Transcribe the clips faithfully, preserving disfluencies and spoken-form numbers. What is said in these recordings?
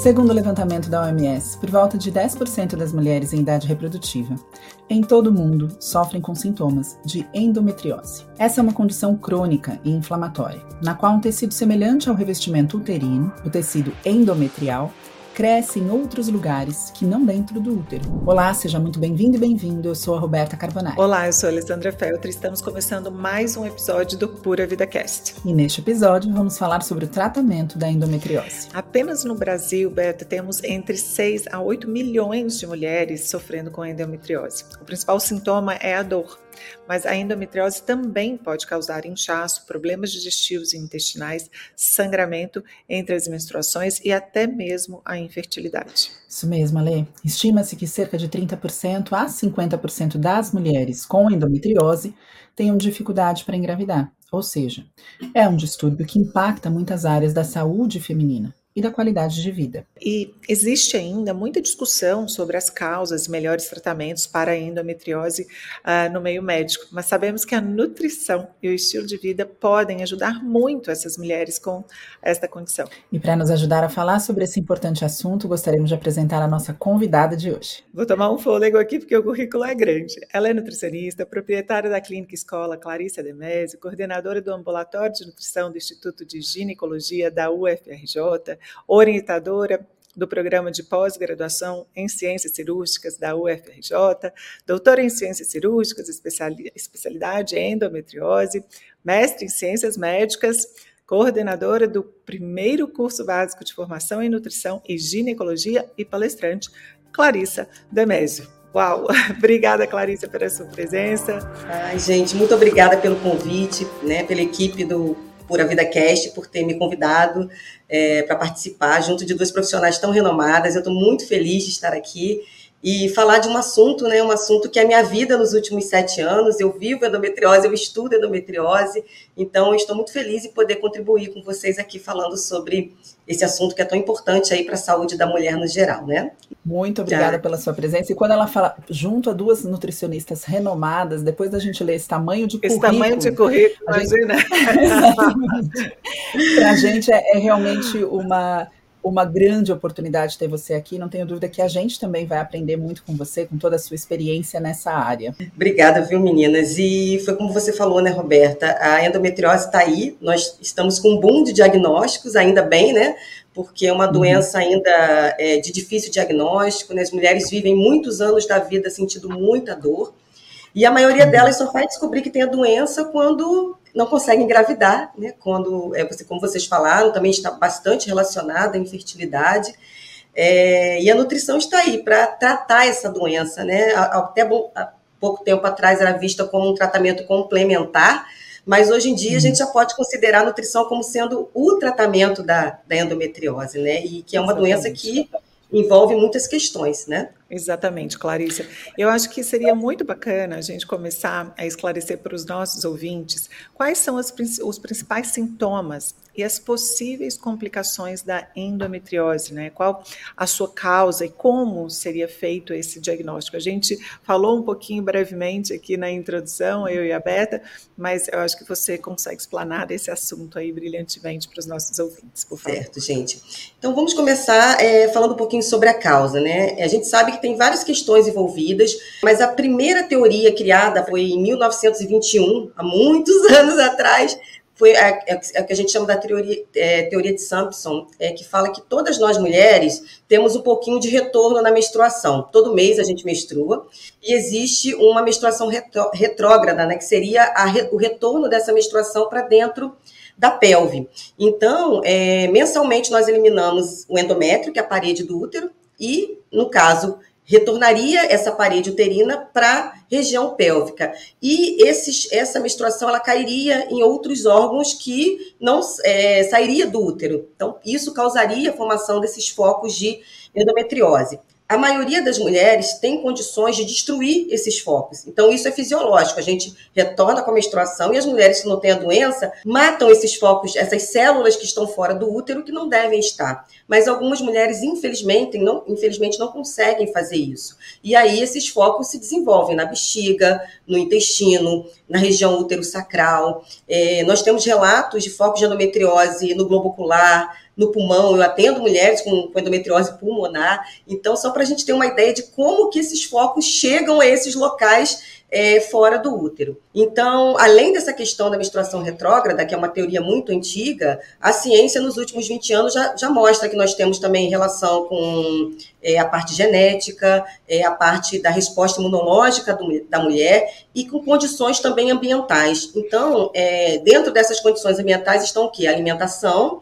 Segundo o levantamento da O M S, por volta de dez por cento das mulheres em idade reprodutiva em todo o mundo sofrem com sintomas de endometriose. Essa é uma condição crônica e inflamatória, na qual um tecido semelhante ao revestimento uterino, o tecido endometrial, cresce em outros lugares que não dentro do útero. Olá, seja muito bem-vindo e bem-vindo. Eu sou a Roberta Carbonari. Olá, eu sou a Alessandra Feltri. Estamos começando mais um episódio do Pura Vida Cast. E neste episódio vamos falar sobre o tratamento da endometriose. Apenas no Brasil, Berta, temos entre seis a oito milhões de mulheres sofrendo com endometriose. O principal sintoma é a dor, mas a endometriose também pode causar inchaço, problemas digestivos e intestinais, sangramento entre as menstruações e até mesmo a infertilidade. Isso mesmo, Alê. Estima-se que cerca de trinta por cento a cinquenta por cento das mulheres com endometriose tenham dificuldade para engravidar, ou seja, é um distúrbio que impacta muitas áreas da saúde feminina e da qualidade de vida. E existe ainda muita discussão sobre as causas e melhores tratamentos para a endometriose uh, no meio médico, mas sabemos que a nutrição e o estilo de vida podem ajudar muito essas mulheres com esta condição. E para nos ajudar a falar sobre esse importante assunto, gostaríamos de apresentar a nossa convidada de hoje. Vou tomar um fôlego aqui porque o currículo é grande. Ela é nutricionista, proprietária da Clínica Escola Clarissa Demésio, coordenadora do Ambulatório de Nutrição do Instituto de Ginecologia da U F R J, orientadora do programa de pós-graduação em Ciências Cirúrgicas da U F R J, doutora em Ciências Cirúrgicas, especialidade em endometriose, mestre em Ciências Médicas, coordenadora do primeiro curso básico de formação em Nutrição e Ginecologia e palestrante, Clarissa Demésio. Uau! Obrigada, Clarissa, pela sua presença. Ai, gente, muito obrigada pelo convite, né, pela equipe do Pura Vida Cast, por ter me convidado é, para participar junto de duas profissionais tão renomadas. Eu estou muito feliz de estar aqui e falar de um assunto, né, um assunto que é a minha vida nos últimos sete anos. Eu vivo endometriose, eu estudo endometriose, então eu estou muito feliz em poder contribuir com vocês aqui falando sobre esse assunto que é tão importante aí para a saúde da mulher no geral, né? Muito obrigada pela sua presença. E quando ela fala junto a duas nutricionistas renomadas, depois da gente ler esse tamanho de esse currículo... Esse tamanho de currículo, imagina. Para a gente é, é realmente uma... uma grande oportunidade ter você aqui, não tenho dúvida que a gente também vai aprender muito com você, com toda a sua experiência nessa área. Obrigada, viu, meninas? E foi como você falou, né, Roberta? A endometriose está aí, nós estamos com um boom de diagnósticos, ainda bem, né? Porque é uma uhum. doença ainda é, de difícil diagnóstico, né? As mulheres vivem muitos anos da vida sentindo muita dor, e a maioria delas só vai descobrir que tem a doença quando não consegue engravidar, né? Quando, é, você, como vocês falaram, também está bastante relacionada à infertilidade. É, e a nutrição está aí para tratar essa doença, né? Até bom, há pouco tempo atrás era vista como um tratamento complementar, mas hoje em dia a gente já pode considerar a nutrição como sendo o tratamento da, da endometriose, né? E que é uma Exatamente. Doença que envolve muitas questões, né? Exatamente, Clarissa. Eu acho que seria muito bacana a gente começar a esclarecer para os nossos ouvintes quais são as, os principais sintomas e as possíveis complicações da endometriose, né? Qual a sua causa e como seria feito esse diagnóstico. A gente falou um pouquinho brevemente aqui na introdução, eu e a Beta, mas eu acho que você consegue explanar esse assunto aí brilhantemente para os nossos ouvintes, por favor. Certo, gente. Então vamos começar é, falando um pouquinho sobre a causa, né? A gente sabe que tem várias questões envolvidas, mas a primeira teoria criada foi em mil novecentos e vinte e um, há muitos anos atrás, foi a, a, a que a gente chama da teoria, é, teoria de Sampson, é, que fala que todas nós mulheres temos um pouquinho de retorno na menstruação. Todo mês a gente menstrua e existe uma menstruação retro, retrógrada, né, que seria a, o retorno dessa menstruação para dentro da pelve. Então, é, mensalmente nós eliminamos o endométrio, que é a parede do útero, e, no caso, retornaria essa parede uterina para a região pélvica. E esses, essa menstruação ela cairia em outros órgãos que não é, sairia do útero. Então, isso causaria a formação desses focos de endometriose. A maioria das mulheres tem condições de destruir esses focos. Então, isso é fisiológico. A gente retorna com a menstruação e as mulheres que não têm a doença matam esses focos, essas células que estão fora do útero que não devem estar. Mas algumas mulheres, infelizmente, não, infelizmente, não conseguem fazer isso. E aí, esses focos se desenvolvem na bexiga, no intestino, na região útero-sacral. É, nós temos relatos de focos de endometriose no globo ocular, no pulmão, eu atendo mulheres com, com endometriose pulmonar, então só para a gente ter uma ideia de como que esses focos chegam a esses locais é, fora do útero. Então, além dessa questão da menstruação retrógrada, que é uma teoria muito antiga, a ciência nos últimos vinte anos já, já mostra que nós temos também relação com é, a parte genética, é, a parte da resposta imunológica do, da mulher e com condições também ambientais. Então, é, dentro dessas condições ambientais estão o quê? A alimentação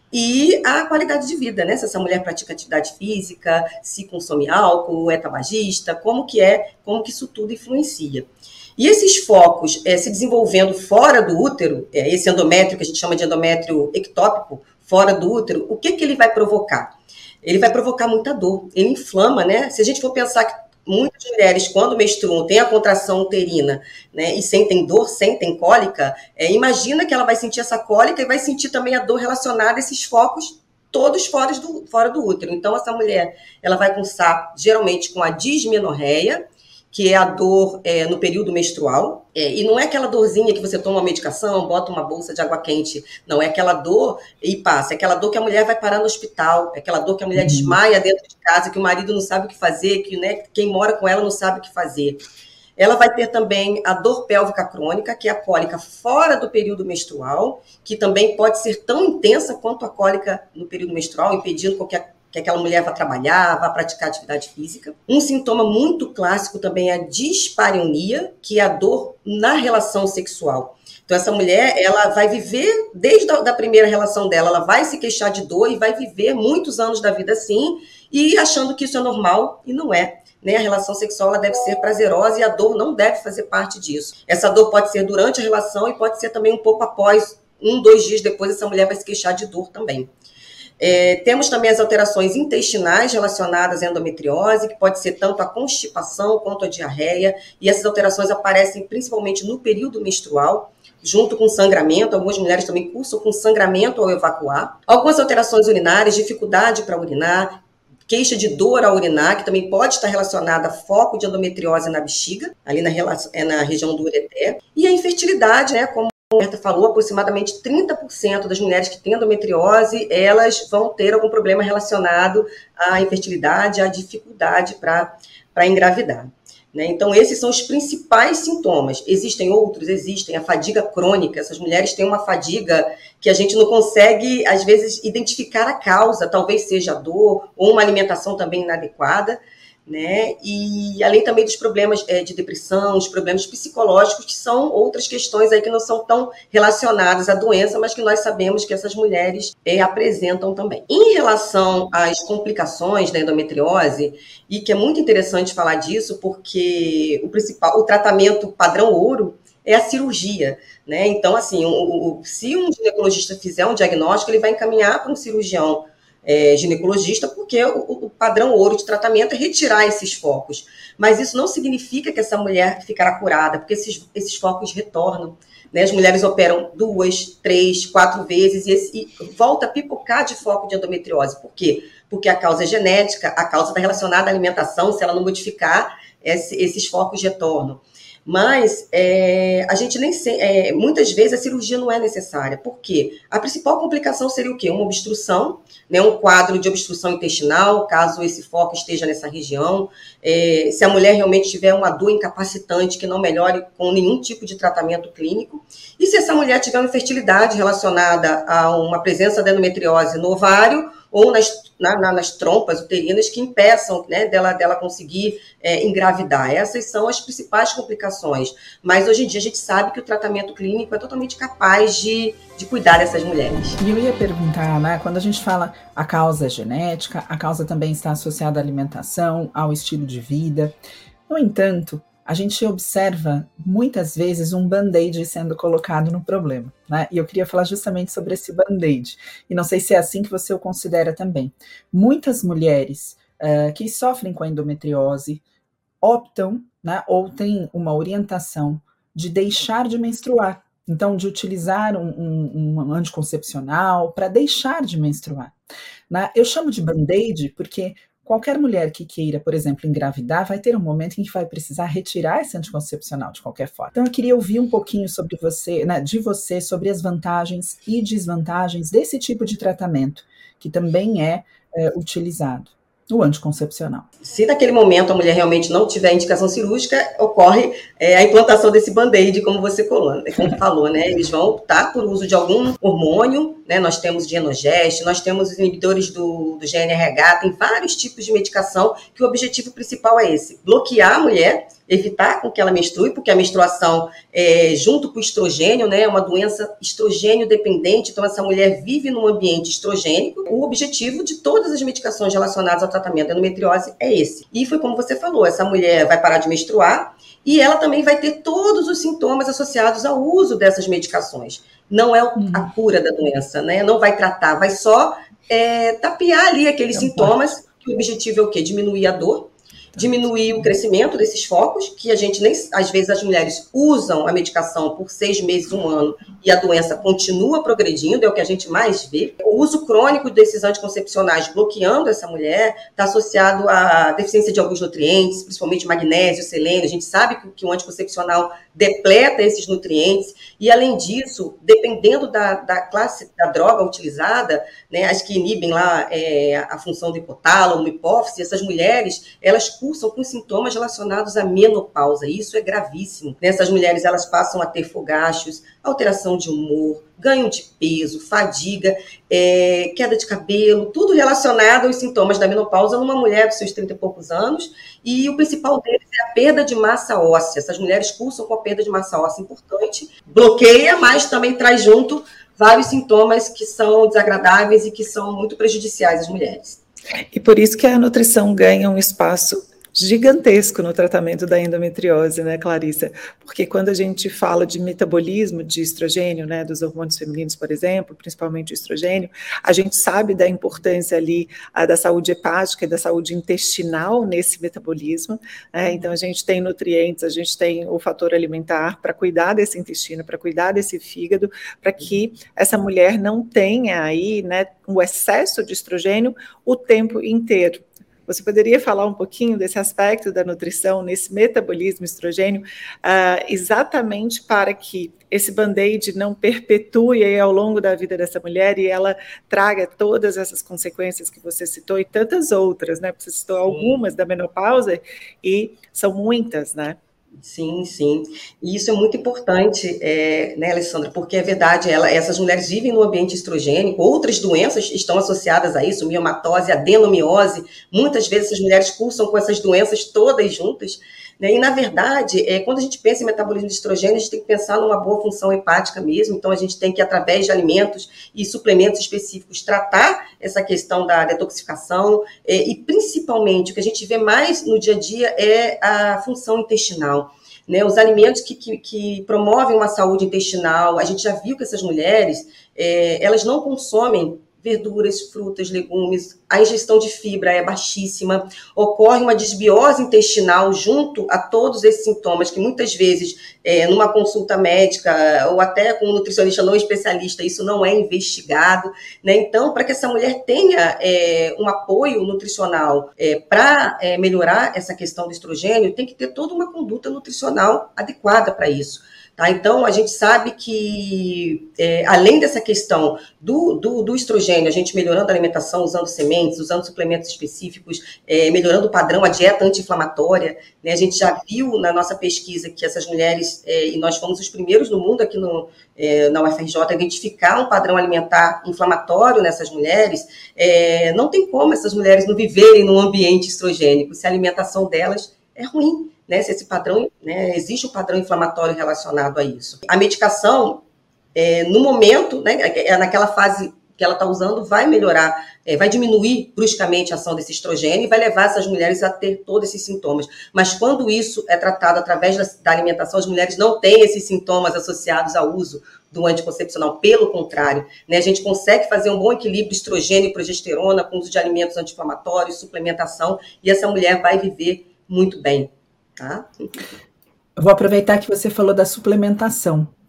e a qualidade de vida, né? Se essa mulher pratica atividade física, se consome álcool, é tabagista, como que é, como que isso tudo influencia. E esses focos é, se desenvolvendo fora do útero, é, esse endométrio que a gente chama de endométrio ectópico, fora do útero, o que que ele vai provocar? Ele vai provocar muita dor, ele inflama, né? Se a gente for pensar que muitas mulheres, quando menstruam, têm a contração uterina, né, e sentem dor, sentem cólica, é, imagina que ela vai sentir essa cólica e vai sentir também a dor relacionada a esses focos todos fora do, fora do útero. Então, essa mulher, ela vai cursar, geralmente, com a dismenorreia, que é a dor é, no período menstrual, é, e não é aquela dorzinha que você toma uma medicação, bota uma bolsa de água quente, não, é aquela dor e passa, é aquela dor que a mulher vai parar no hospital, é aquela dor que a mulher uhum. desmaia dentro de casa, que o marido não sabe o que fazer, que né, quem mora com ela não sabe o que fazer. Ela vai ter também a dor pélvica crônica, que é a cólica fora do período menstrual, que também pode ser tão intensa quanto a cólica no período menstrual, impedindo qualquer que aquela mulher vá trabalhar, vá praticar atividade física. Um sintoma muito clássico também é a dispareunia, que é a dor na relação sexual. Então, essa mulher, ela vai viver, desde a da primeira relação dela, ela vai se queixar de dor e vai viver muitos anos da vida assim, e achando que isso é normal, e não é. Né? A relação sexual ela deve ser prazerosa e a dor não deve fazer parte disso. Essa dor pode ser durante a relação e pode ser também um pouco após, um, dois dias depois, essa mulher vai se queixar de dor também. É, temos também as alterações intestinais relacionadas à endometriose, que pode ser tanto a constipação quanto a diarreia, e essas alterações aparecem principalmente no período menstrual, junto com sangramento. Algumas mulheres também cursam com sangramento ao evacuar. Algumas alterações urinárias, dificuldade para urinar, queixa de dor ao urinar, que também pode estar relacionada a foco de endometriose na bexiga, ali na, na região do ureter, e a infertilidade, né, como a Roberta falou, aproximadamente trinta por cento das mulheres que têm endometriose, elas vão ter algum problema relacionado à infertilidade, à dificuldade para engravidar. Né? Então, esses são os principais sintomas. Existem outros? Existem. A fadiga crônica. Essas mulheres têm uma fadiga que a gente não consegue, às vezes, identificar a causa. Talvez seja a dor ou uma alimentação também inadequada. Né? E além também dos problemas é, de depressão, os problemas psicológicos, que são outras questões aí que não são tão relacionadas à doença, mas que nós sabemos que essas mulheres é, apresentam também. Em relação às complicações da endometriose, e que é muito interessante falar disso, porque o principal, o tratamento padrão ouro é a cirurgia, né? Então, assim, o, o, se um ginecologista fizer um diagnóstico, ele vai encaminhar para um cirurgião É, ginecologista, porque o, o padrão ouro de tratamento é retirar esses focos. Mas isso não significa que essa mulher ficará curada, porque esses, esses focos retornam. Né? As mulheres operam duas, três, quatro vezes e, esse, e volta a pipocar de foco de endometriose. Por quê? Porque a causa é genética, a causa está relacionada à alimentação, se ela não modificar, esse, esses focos retornam. Mas é, a gente nem sei, é, muitas vezes a cirurgia não é necessária. Por quê? A principal complicação seria o quê? Uma obstrução, né, um quadro de obstrução intestinal, caso esse foco esteja nessa região. É, se a mulher realmente tiver uma dor incapacitante que não melhore com nenhum tipo de tratamento clínico. E se essa mulher tiver uma infertilidade relacionada a uma presença de endometriose no ovário, ou nas, na, na, nas trompas uterinas que impeçam, né, dela, dela conseguir é, engravidar. Essas são as principais complicações. Mas hoje em dia a gente sabe que o tratamento clínico é totalmente capaz de, de cuidar dessas mulheres. E eu ia perguntar, né, quando a gente fala a causa é genética, a causa também está associada à alimentação, ao estilo de vida. No entanto, a gente observa muitas vezes um band-aid sendo colocado no problema, né? E eu queria falar justamente sobre esse band-aid. E não sei se é assim que você o considera também. Muitas mulheres uh, que sofrem com a endometriose optam, né, ou têm uma orientação de deixar de menstruar. Então, de utilizar um, um, um anticoncepcional para deixar de menstruar. Né? Eu chamo de band-aid porque qualquer mulher que queira, por exemplo, engravidar, vai ter um momento em que vai precisar retirar esse anticoncepcional de qualquer forma. Então eu queria ouvir um pouquinho sobre você, né, de você, sobre as vantagens e desvantagens desse tipo de tratamento, que também é, é utilizado, o anticoncepcional. Se naquele momento a mulher realmente não tiver indicação cirúrgica, ocorre é, a implantação desse band-aid, como você falou, né? Como falou, né? Eles vão optar por uso de algum hormônio, né? Nós temos Dienogest, nós temos os inibidores do, do G N R H, tem vários tipos de medicação que o objetivo principal é esse, bloquear a mulher, evitar com que ela menstrue, porque a menstruação, é, junto com o estrogênio, né, é uma doença estrogênio dependente, então essa mulher vive num ambiente estrogênico. O objetivo de todas as medicações relacionadas ao tratamento da endometriose é esse. E foi como você falou, essa mulher vai parar de menstruar e ela também vai ter todos os sintomas associados ao uso dessas medicações. Não é a cura da doença, né? Não vai tratar, vai só é, tapear ali aqueles sintomas, que o objetivo é o quê? Diminuir a dor, diminuir o crescimento desses focos, que a gente nem, às vezes as mulheres usam a medicação por seis meses, um ano, e a doença continua progredindo, é o que a gente mais vê. O uso crônico desses anticoncepcionais bloqueando essa mulher está associado à deficiência de alguns nutrientes, principalmente magnésio, selênio. A gente sabe que, que o anticoncepcional depleta esses nutrientes, e além disso, dependendo da, da classe da droga utilizada, né, as que inibem lá é, a função do hipotálamo, hipófise, essas mulheres, elas cursam com sintomas relacionados à menopausa, e isso é gravíssimo. Essas mulheres, elas passam a ter fogachos, alteração de humor, ganho de peso, fadiga, é, queda de cabelo, tudo relacionado aos sintomas da menopausa numa mulher dos seus trinta e poucos anos, e o principal deles é a perda de massa óssea. Essas mulheres cursam com a perda de massa óssea importante, bloqueia, mas também traz junto vários sintomas que são desagradáveis e que são muito prejudiciais às mulheres. E por isso que a nutrição ganha um espaço gigantesco no tratamento da endometriose, né, Clarissa? Porque quando a gente fala de metabolismo de estrogênio, né, dos hormônios femininos, por exemplo, principalmente o estrogênio, a gente sabe da importância ali a, da saúde hepática e da saúde intestinal nesse metabolismo, né? Então a gente tem nutrientes, a gente tem o fator alimentar para cuidar desse intestino, para cuidar desse fígado, para que essa mulher não tenha aí, né, o excesso de estrogênio o tempo inteiro. Você poderia falar um pouquinho desse aspecto da nutrição, nesse metabolismo estrogênio, uh, exatamente para que esse band-aid não perpetue aí ao longo da vida dessa mulher e ela traga todas essas consequências que você citou e tantas outras, né? Você citou algumas da menopausa e são muitas, né? Sim, sim. E isso é muito importante, é, né, Alessandra, porque é verdade, ela, essas mulheres vivem no ambiente estrogênico, outras doenças estão associadas a isso, miomatose, adenomiose, muitas vezes essas mulheres cursam com essas doenças todas juntas, né? E, na verdade, é, quando a gente pensa em metabolismo de estrogênio, a gente tem que pensar numa boa função hepática mesmo, então a gente tem que, através de alimentos e suplementos específicos, tratar essa questão da detoxificação, é, e principalmente o que a gente vê mais no dia a dia é a função intestinal. Né, os alimentos que, que, que promovem uma saúde intestinal, a gente já viu que essas mulheres, é, elas não consomem verduras, frutas, legumes, a ingestão de fibra é baixíssima, ocorre uma desbiose intestinal junto a todos esses sintomas que muitas vezes, é, numa consulta médica ou até com um nutricionista não especialista, isso não é investigado, né? Então, para que essa mulher tenha é, um apoio nutricional é, para é, melhorar essa questão do estrogênio, tem que ter toda uma conduta nutricional adequada para isso. Tá? Então, a gente sabe que, é, além dessa questão do, do, do estrogênio, a gente melhorando a alimentação, usando sementes, usando suplementos específicos, é, melhorando o padrão, a dieta anti-inflamatória, né? A gente já viu na nossa pesquisa que essas mulheres, é, e nós fomos os primeiros no mundo aqui no, é, na U F R J, a identificar um padrão alimentar inflamatório nessas mulheres. É, não tem como essas mulheres não viverem num ambiente estrogênico, se a alimentação delas é ruim. Né, se esse padrão, né, existe um padrão inflamatório relacionado a isso. A medicação, é, no momento, né, é naquela fase que ela está usando, vai melhorar, é, vai diminuir bruscamente a ação desse estrogênio e vai levar essas mulheres a ter todos esses sintomas. Mas quando isso é tratado através da, da alimentação, as mulheres não têm esses sintomas associados ao uso do anticoncepcional, pelo contrário, né, a gente consegue fazer um bom equilíbrio de estrogênio e progesterona com o uso de alimentos anti-inflamatórios, suplementação, e essa mulher vai viver muito bem. Tá? Eu vou aproveitar que você falou da suplementação,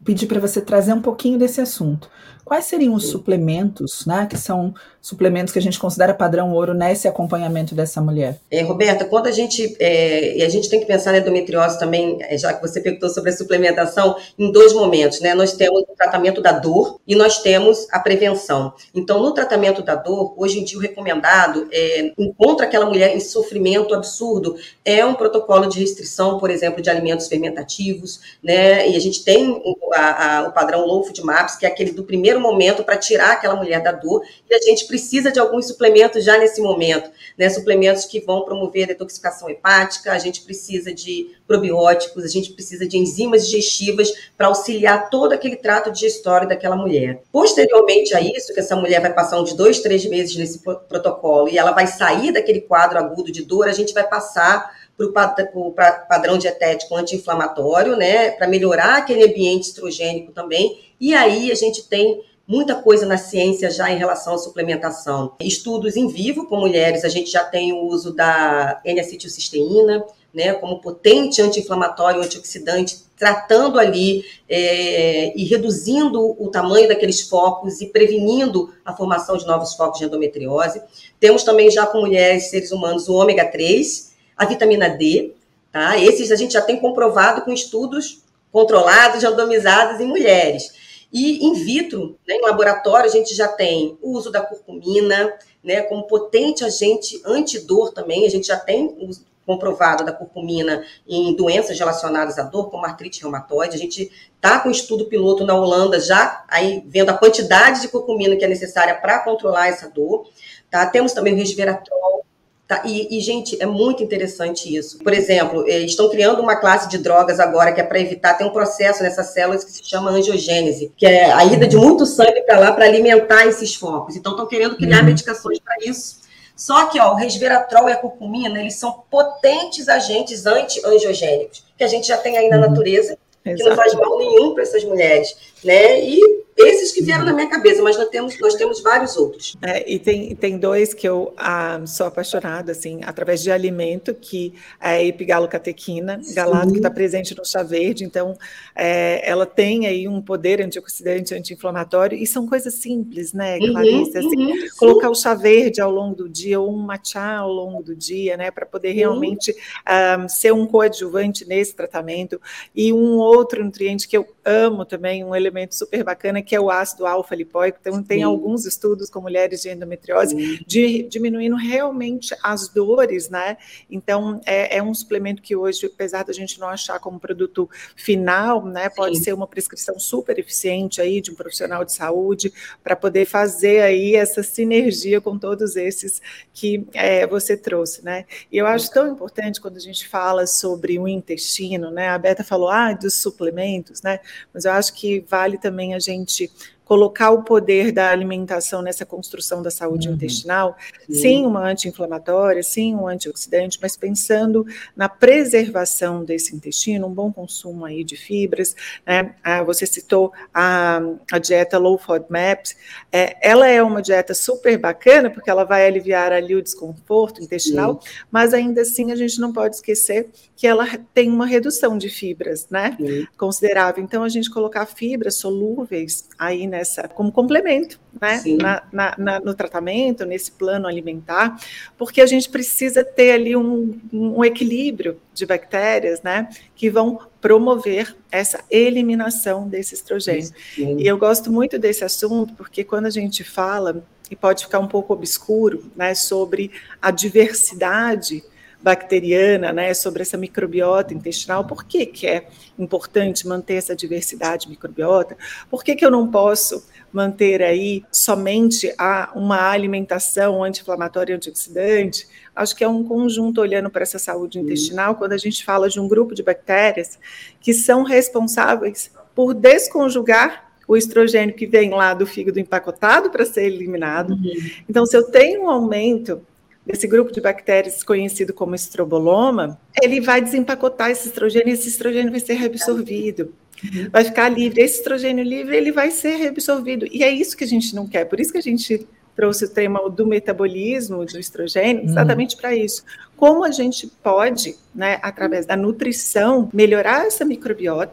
pedir para você trazer um pouquinho desse assunto. Quais seriam os suplementos, né, que são suplementos que a gente considera padrão ouro nesse acompanhamento dessa mulher? É, Roberta, quando a gente, é, e a gente tem que pensar na endometriose também, já que você perguntou sobre a suplementação, em dois momentos, né? Nós temos o tratamento da dor e nós temos a prevenção. Então, no tratamento da dor, hoje em dia o recomendado é, encontra aquela mulher em sofrimento absurdo, é um protocolo de restrição, por exemplo, de alimentos fermentativos, né? E a gente tem o, a, a, o padrão Low Food Maps, que é aquele do primeiro momento para tirar aquela mulher da dor, e a gente precisa de alguns suplementos já nesse momento, né? Suplementos que vão promover a detoxificação hepática, a gente precisa de probióticos, a gente precisa de enzimas digestivas para auxiliar todo aquele trato digestório daquela mulher. Posteriormente a isso, que essa mulher vai passar uns dois, três meses nesse protocolo e ela vai sair daquele quadro agudo de dor, a gente vai passar para o padrão dietético anti-inflamatório, né, para melhorar aquele ambiente estrogênico também, e aí a gente tem muita coisa na ciência já em relação à suplementação. Estudos em vivo com mulheres, a gente já tem o uso da N-acetilcisteína, né, como potente anti-inflamatório, antioxidante, tratando ali é, e reduzindo o tamanho daqueles focos e prevenindo a formação de novos focos de endometriose. Temos também já com mulheres, seres humanos, o ômega três, a vitamina D, tá? Esses a gente já tem comprovado com estudos controlados, randomizados em mulheres. E in vitro, né, em laboratório, a gente já tem o uso da curcumina, né, como potente agente antidor também, a gente já tem o uso comprovado da curcumina em doenças relacionadas à dor, como artrite reumatoide. A gente está com estudo piloto na Holanda, já aí vendo a quantidade de curcumina que é necessária para controlar essa dor. Tá? Temos também o resveratrol. Tá, e, e, gente, é muito interessante isso. Por exemplo, estão criando uma classe de drogas agora que é para evitar, tem um processo nessas células que se chama angiogênese, que é a ida de muito sangue para lá para alimentar esses focos. Então, estão querendo criar uhum. medicações para isso. Só que ó, o resveratrol e a curcumina, eles são potentes agentes anti-angiogênicos, que a gente já tem aí na uhum. natureza, que Exato. Não faz mal nenhum para essas mulheres, né? E esses que vieram na minha cabeça, mas nós temos, nós temos vários outros. É, e tem, tem dois que eu ah, sou apaixonada, assim, através de alimento, que é a epigalocatequina, galato, que está presente no chá verde, então é, ela tem aí um poder antioxidante, anti-inflamatório, e são coisas simples, né, Clarice? Uhum, assim, uhum, colocar o chá verde ao longo do dia, ou um matcha ao longo do dia, né, para poder realmente uhum. um, ser um coadjuvante nesse tratamento. E um outro nutriente que eu amo também, um elemento super bacana, que é o ácido alfa-lipoico. Então, tem Sim. alguns estudos com mulheres de endometriose de, diminuindo realmente as dores, né? Então, é, é um suplemento que hoje, apesar da gente não achar como produto final, né, pode Sim. ser uma prescrição super eficiente aí de um profissional de saúde para poder fazer aí essa sinergia com todos esses que é, você trouxe, né? E eu acho tão importante quando a gente fala sobre o intestino, né? A Beta falou, ah, dos suplementos, né? Mas eu acho que vale também a gente colocar o poder da alimentação nessa construção da saúde uhum. intestinal, sim. sim, uma anti-inflamatória, sim, um antioxidante, mas pensando na preservação desse intestino, um bom consumo aí de fibras, né? Ah, você citou a, a dieta Low Food Maps, é, ela é uma dieta super bacana, porque ela vai aliviar ali o desconforto intestinal, sim. mas ainda assim a gente não pode esquecer que ela tem uma redução de fibras, né? Sim. Considerável. Então, a gente colocar fibras solúveis aí, né? Nessa, como complemento, né, na, na, na, no tratamento, nesse plano alimentar, porque a gente precisa ter ali um, um equilíbrio de bactérias, né, que vão promover essa eliminação desse estrogênio. Sim. E eu gosto muito desse assunto, porque quando a gente fala, e pode ficar um pouco obscuro, né, sobre a diversidade bacteriana, né, sobre essa microbiota intestinal, por que que é importante manter essa diversidade microbiota? Por que que eu não posso manter aí somente a, uma alimentação anti-inflamatória e antioxidante? Acho que é um conjunto olhando para essa saúde intestinal, quando a gente fala de um grupo de bactérias que são responsáveis por desconjugar o estrogênio que vem lá do fígado empacotado para ser eliminado. Uhum. Então, se eu tenho um aumento desse grupo de bactérias conhecido como estroboloma, ele vai desempacotar esse estrogênio e esse estrogênio vai ser reabsorvido. Uhum. Vai ficar livre. Esse estrogênio livre, ele vai ser reabsorvido. E é isso que a gente não quer. Por isso que a gente trouxe o tema do metabolismo do estrogênio, exatamente uhum. para isso. Como a gente pode, né, através da nutrição, melhorar essa microbiota,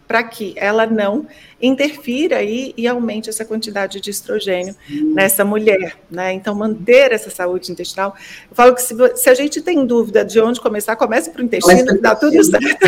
para que ela não interfira aí e aumente essa quantidade de estrogênio Sim. nessa mulher, né? Então, manter essa saúde intestinal. Eu falo que se, se a gente tem dúvida de onde começar, comece para o intestino, que dá tudo certo.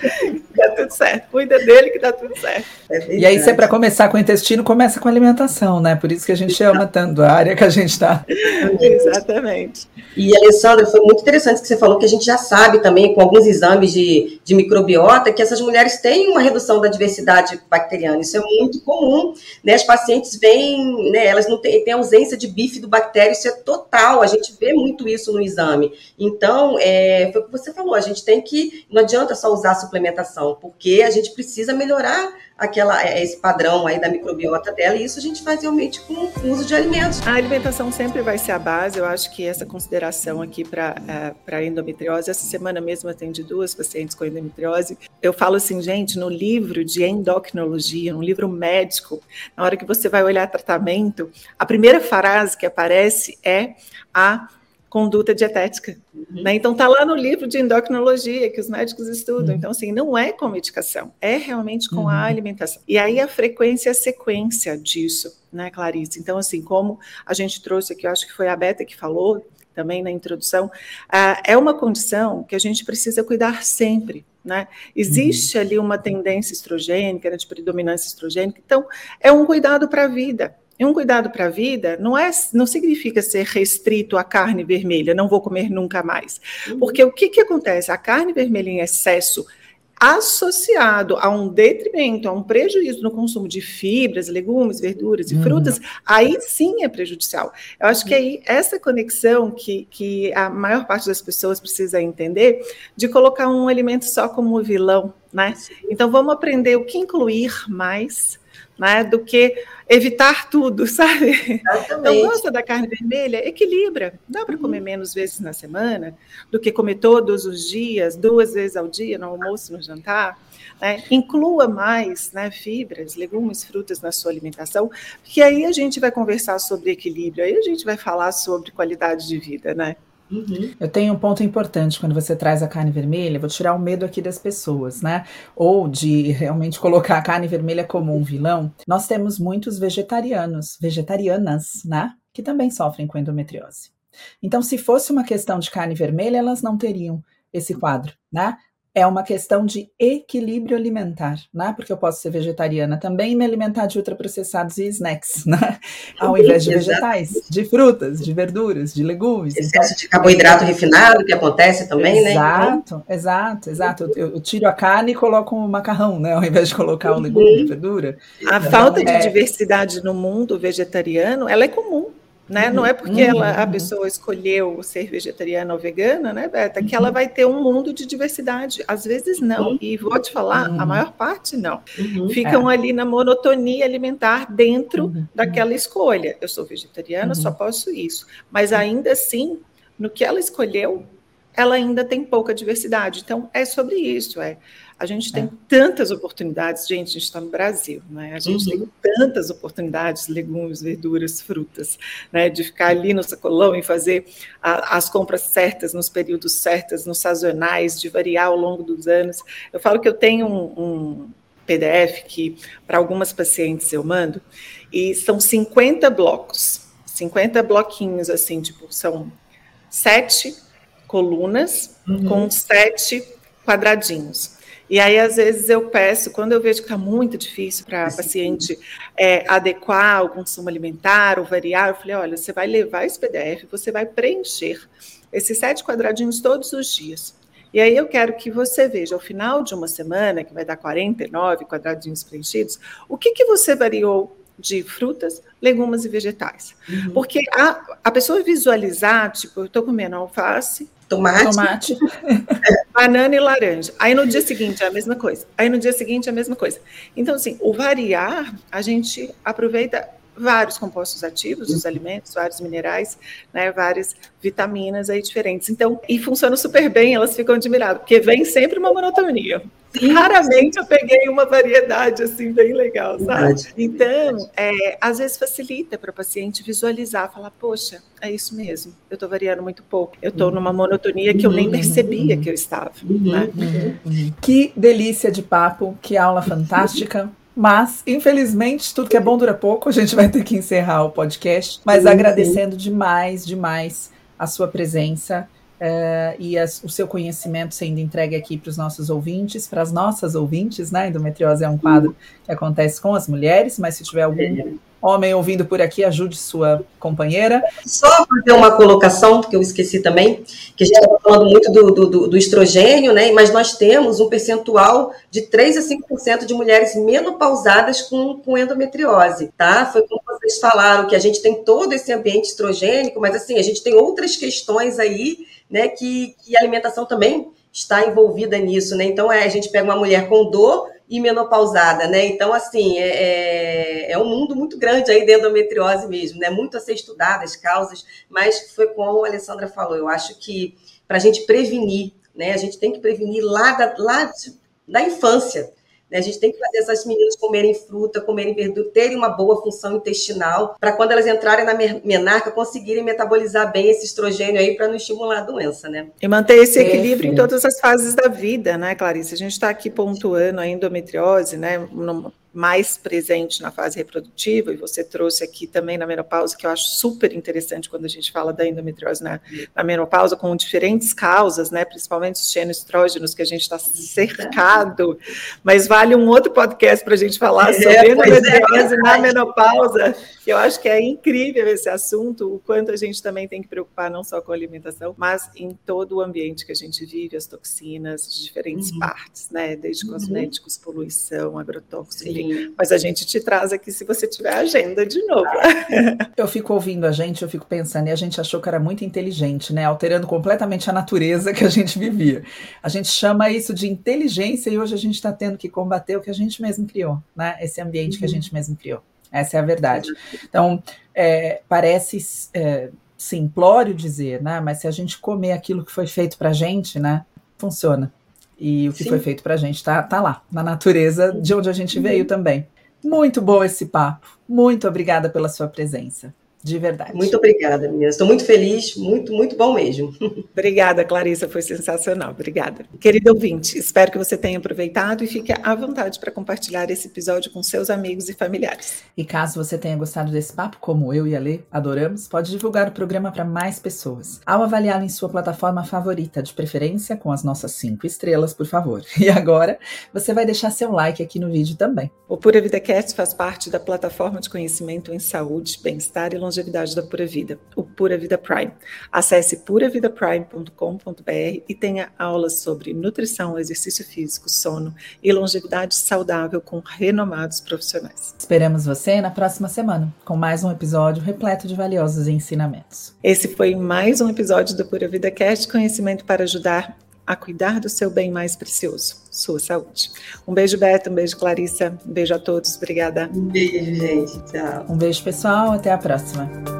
Dá tudo certo. Cuida dele que dá tudo certo. É e aí, se é para começar com o intestino, começa com a alimentação, né? Por isso que a gente ama tanto a área que a gente está. Exatamente. E, Alessandra, foi muito interessante que você falou que a gente já sabe também, com alguns exames de, de microbiota, que essas mulheres têm uma redução da diversidade bacteriana. Isso é muito comum, né? As pacientes vêm, né? Elas não têm, têm ausência de bifidobactéria, isso é total, a gente vê muito isso no exame. Então, é, foi o que você falou, a gente tem que, não adianta só usar suplementação, porque a gente precisa melhorar aquela, esse padrão aí da microbiota dela, e isso a gente faz realmente com o uso de alimentos. A alimentação sempre vai ser a base, eu acho que essa consideração aqui para a endometriose, essa semana mesmo eu atendi duas pacientes com endometriose, eu falo assim, gente, no livro de endocrinologia, no livro médico, na hora que você vai olhar tratamento, a primeira frase que aparece é a conduta dietética, uhum. né? Então tá lá no livro de endocrinologia que os médicos estudam, uhum. então assim, não é com medicação, é realmente com uhum. a alimentação, e aí a frequência e a sequência disso, né, Clarice? Então assim, como a gente trouxe aqui, eu acho que foi a Beta que falou também na introdução, uh, é uma condição que a gente precisa cuidar sempre, né? Existe uhum. ali uma tendência estrogênica, né, de predominância estrogênica, então é um cuidado para a vida. E um cuidado para a vida não, é, não significa ser restrito à carne vermelha, não vou comer nunca mais. Uhum. Porque o que, que acontece? A carne vermelha em excesso, associado a um detrimento, a um prejuízo no consumo de fibras, legumes, verduras e uhum. frutas, aí sim é prejudicial. Eu acho uhum. que aí essa conexão que, que a maior parte das pessoas precisa entender, de colocar um alimento só como vilão, né? Então vamos aprender o que incluir mais, né, do que evitar tudo, sabe? Exatamente. Então, gosta da carne vermelha? Equilibra. Dá para comer menos vezes na semana do que comer todos os dias, duas vezes ao dia, no almoço e no jantar. Né? Inclua mais, né, fibras, legumes, frutas na sua alimentação, porque aí a gente vai conversar sobre equilíbrio, aí a gente vai falar sobre qualidade de vida, né? Uhum. Eu tenho um ponto importante quando você traz a carne vermelha, vou tirar o medo aqui das pessoas, né? Ou de realmente colocar a carne vermelha como um vilão. Nós temos muitos vegetarianos, vegetarianas, né? Que também sofrem com endometriose. Então, se fosse uma questão de carne vermelha, elas não teriam esse quadro, né? É uma questão de equilíbrio alimentar, né? Porque eu posso ser vegetariana também e me alimentar de ultraprocessados e snacks, né? Ao invés de vegetais, de frutas, de verduras, de legumes. Excesso de carboidrato refinado, que acontece também, exato, né? Exato, exato, exato. Eu, eu tiro a carne e coloco o macarrão, né? Ao invés de colocar o legume, a verdura. A então, falta de é... diversidade no mundo vegetariano, ela é comum. Né? Uhum, não é porque uhum, ela, a pessoa escolheu ser vegetariana ou vegana, né, Beta, que uhum. ela vai ter um mundo de diversidade. Às vezes não, e vou te falar, uhum. a maior parte não. Uhum, Ficam é. ali na monotonia alimentar dentro uhum. daquela escolha. Eu sou vegetariana, uhum. só posso isso. Mas ainda assim, no que ela escolheu, ela ainda tem pouca diversidade. Então, é sobre isso, é. A gente tem é. tantas oportunidades, gente, a gente está no Brasil, né? A gente uhum. tem tantas oportunidades, legumes, verduras, frutas, né? De ficar ali no sacolão e fazer a, as compras certas, nos períodos certos, nos sazonais, de variar ao longo dos anos. Eu falo que eu tenho um, um P D F que, para algumas pacientes, eu mando, e são cinquenta blocos, cinquenta bloquinhos, assim, tipo, são sete colunas uhum. com sete quadradinhos. E aí, às vezes, eu peço, quando eu vejo que está muito difícil para a paciente é, adequar o consumo alimentar ou variar, eu falei, olha, você vai levar esse P D F, você vai preencher esses sete quadradinhos todos os dias. E aí eu quero que você veja, ao final de uma semana, que vai dar quarenta e nove quadradinhos preenchidos, o que, que você variou de frutas, legumes e vegetais. Uhum. Porque a, a pessoa visualizar, tipo, eu estou comendo alface, tomate, tomate. banana e laranja. Aí no dia seguinte é a mesma coisa. Aí no dia seguinte é a mesma coisa. Então, assim, o variar, a gente aproveita vários compostos ativos dos alimentos, vários minerais, né, várias vitaminas aí diferentes. Então, e funciona super bem, elas ficam admiradas, porque vem sempre uma monotonia. Sim, raramente sim. eu peguei uma variedade assim bem legal, sabe? Verdade. Então, é, às vezes facilita para o paciente visualizar, falar, poxa, é isso mesmo, eu estou variando muito pouco, eu estou numa monotonia que eu nem percebia que eu estava. Uhum, né? uhum, uhum. Que delícia de papo, que aula fantástica. Mas, infelizmente, tudo que é bom dura pouco. A gente vai ter que encerrar o podcast. Mas sim, agradecendo sim. demais, demais a sua presença uh, e as, o seu conhecimento sendo entregue aqui para os nossos ouvintes, para as nossas ouvintes, né? Endometriose é um quadro que acontece com as mulheres, mas se tiver algum homem ouvindo por aqui, ajude sua companheira. Só fazer uma colocação, que eu esqueci também, que a gente está falando muito do, do, do estrogênio, né? Mas nós temos um percentual de três a cinco por cento de mulheres menopausadas com, com endometriose, tá? Foi como vocês falaram, que a gente tem todo esse ambiente estrogênico, mas assim, a gente tem outras questões aí, né? Que, que a alimentação também está envolvida nisso, né? Então, é, a gente pega uma mulher com dor e menopausada, né? Então, assim, é, é um mundo muito grande aí de endometriose mesmo, né? Muito a ser estudado, as causas, mas foi como a Alessandra falou, eu acho que para a gente prevenir, né? A gente tem que prevenir lá da, lá de, da infância, né? A gente tem que fazer essas meninas comerem fruta, comerem verdura, terem uma boa função intestinal, para quando elas entrarem na menarca, conseguirem metabolizar bem esse estrogênio aí para não estimular a doença, né? E manter esse equilíbrio é, em todas as fases da vida, né, Clarice? A gente está aqui pontuando a endometriose, né, no, mais presente na fase reprodutiva, e você trouxe aqui também na menopausa, que eu acho super interessante quando a gente fala da endometriose na, na menopausa, com diferentes causas, né, principalmente os xenoestrógenos, que a gente está cercado, mas vale um outro podcast para a gente falar sobre é, endometriose é. na menopausa, que eu acho que é incrível esse assunto, o quanto a gente também tem que preocupar não só com a alimentação, mas em todo o ambiente que a gente vive, as toxinas de diferentes uhum. partes, né, desde uhum. cosméticos, poluição, agrotóxicos, mas a gente te traz aqui se você tiver agenda de novo. Eu fico ouvindo a gente, eu fico pensando, e a gente achou que era muito inteligente, né? Alterando completamente a natureza que a gente vivia. A gente chama isso de inteligência e hoje a gente está tendo que combater o que a gente mesmo criou, né? Esse ambiente uhum. que a gente mesmo criou. Essa é a verdade. Então, é, parece é, simplório dizer, né? Mas se a gente comer aquilo que foi feito pra gente, né? Funciona. E o que Sim. foi feito pra gente tá, tá lá, na natureza de onde a gente uhum. veio também. Muito bom esse papo. Muito obrigada pela sua presença. De verdade. Muito obrigada, meninas. Estou muito feliz, muito, muito bom mesmo. Obrigada, Clarissa, foi sensacional. Obrigada. Querido ouvinte, espero que você tenha aproveitado e fique à vontade para compartilhar esse episódio com seus amigos e familiares. E caso você tenha gostado desse papo, como eu e a Lê adoramos, pode divulgar o programa para mais pessoas. Ao avaliá-lo em sua plataforma favorita, de preferência com as nossas cinco estrelas, por favor. E agora, você vai deixar seu like aqui no vídeo também. O Pura Vida Cast faz parte da plataforma de conhecimento em saúde, bem-estar e longevidade da Pura Vida, o Pura Vida Prime. Acesse pura vida prime ponto com ponto b r e tenha aulas sobre nutrição, exercício físico, sono e longevidade saudável com renomados profissionais. Esperamos você na próxima semana, com mais um episódio repleto de valiosos ensinamentos. Esse foi mais um episódio do Pura Vida Cast, conhecimento para ajudar a cuidar do seu bem mais precioso, sua saúde. Um beijo, Beto, um beijo, Clarissa, um beijo a todos, obrigada. Um beijo, gente, tchau. Um beijo, pessoal, até a próxima.